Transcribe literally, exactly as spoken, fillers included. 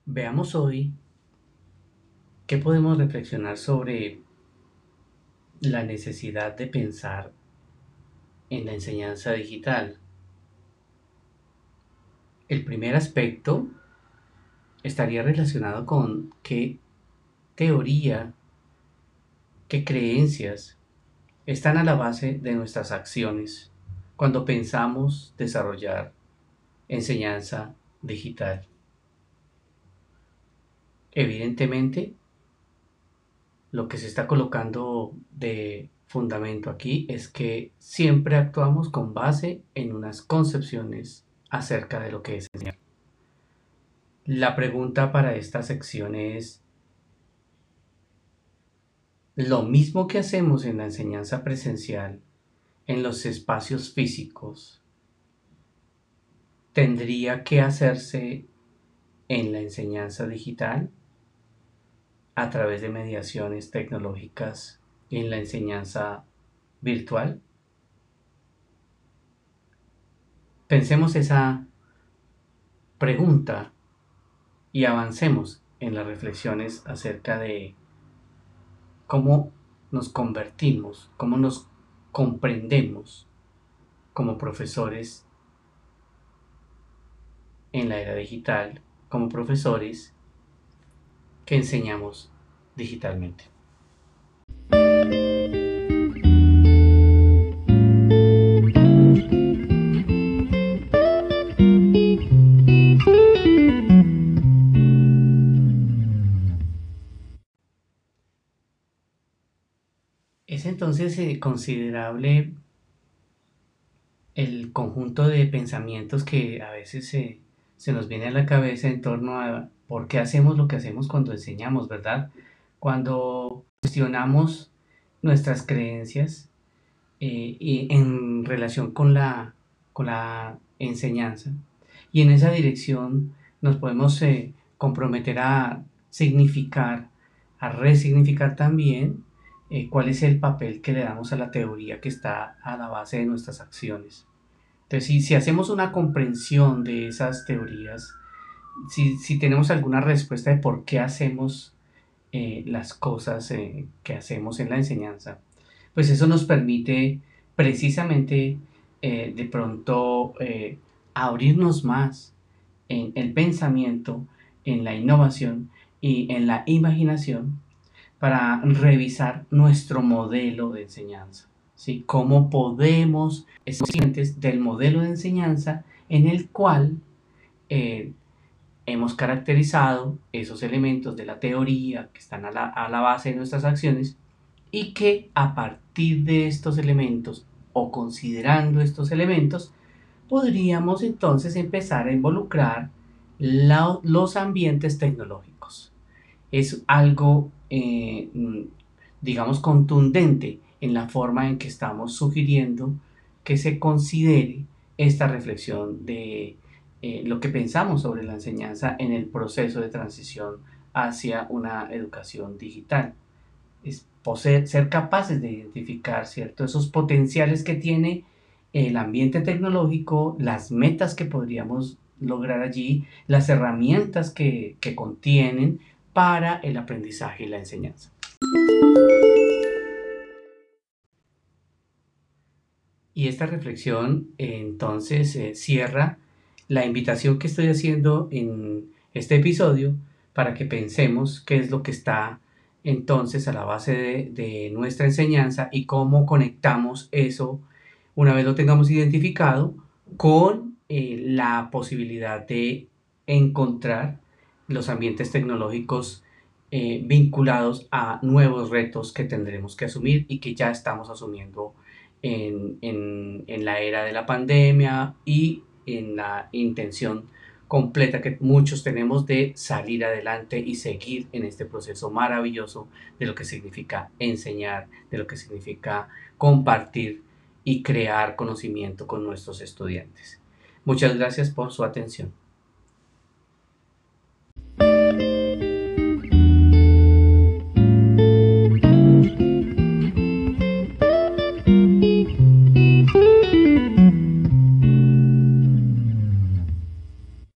Veamos hoy qué podemos reflexionar sobre la necesidad de pensar en la enseñanza digital. El primer aspecto estaría relacionado con qué teoría, qué creencias están a la base de nuestras acciones cuando pensamos desarrollar enseñanza digital. Evidentemente, lo que se está colocando de fundamento aquí es que siempre actuamos con base en unas concepciones acerca de lo que es enseñar. La pregunta para esta sección es, ¿lo mismo que hacemos en la enseñanza presencial, en los espacios físicos, tendría que hacerse en la enseñanza digital a través de mediaciones tecnológicas en la enseñanza virtual? Pensemos esa pregunta y avancemos en las reflexiones acerca de cómo nos convertimos, cómo nos comprendemos como profesores en la era digital, como profesores que enseñamos digitalmente. Es entonces eh, considerable el conjunto de pensamientos que a veces se, se nos viene a la cabeza en torno a por qué hacemos lo que hacemos cuando enseñamos, ¿verdad? Cuando cuestionamos nuestras creencias eh, y en relación con la, con la enseñanza. Y en esa dirección nos podemos eh, comprometer a significar, a resignificar también eh, cuál es el papel que le damos a la teoría que está a la base de nuestras acciones. Entonces, si, si hacemos una comprensión de esas teorías, si, si tenemos alguna respuesta de por qué hacemos eh, las cosas eh, que hacemos en la enseñanza, pues eso nos permite precisamente eh, de pronto eh, abrirnos más en el pensamiento, en la innovación y en la imaginación para revisar nuestro modelo de enseñanza, ¿sí? Cómo podemos ser conscientes del modelo de enseñanza en el cual eh, hemos caracterizado esos elementos de la teoría que están a la, a la base de nuestras acciones y que a partir de estos elementos o considerando estos elementos podríamos entonces empezar a involucrar la, los ambientes tecnológicos. Es algo, eh, digamos, contundente en la forma en que estamos sugiriendo que se considere esta reflexión de eh, lo que pensamos sobre la enseñanza en el proceso de transición hacia una educación digital. Es poseer, ser capaces de identificar, ¿cierto?, esos potenciales que tiene el ambiente tecnológico, las metas que podríamos lograr allí, las herramientas que, que contienen para el aprendizaje y la enseñanza. Y esta reflexión eh, entonces eh, cierra la invitación que estoy haciendo en este episodio para que pensemos qué es lo que está entonces a la base de, de nuestra enseñanza y cómo conectamos eso una vez lo tengamos identificado con eh, la posibilidad de encontrar los ambientes tecnológicos eh, vinculados a nuevos retos que tendremos que asumir y que ya estamos asumiendo en, en, en la era de la pandemia y en la intención completa que muchos tenemos de salir adelante y seguir en este proceso maravilloso de lo que significa enseñar, de lo que significa compartir y crear conocimiento con nuestros estudiantes. Muchas gracias por su atención.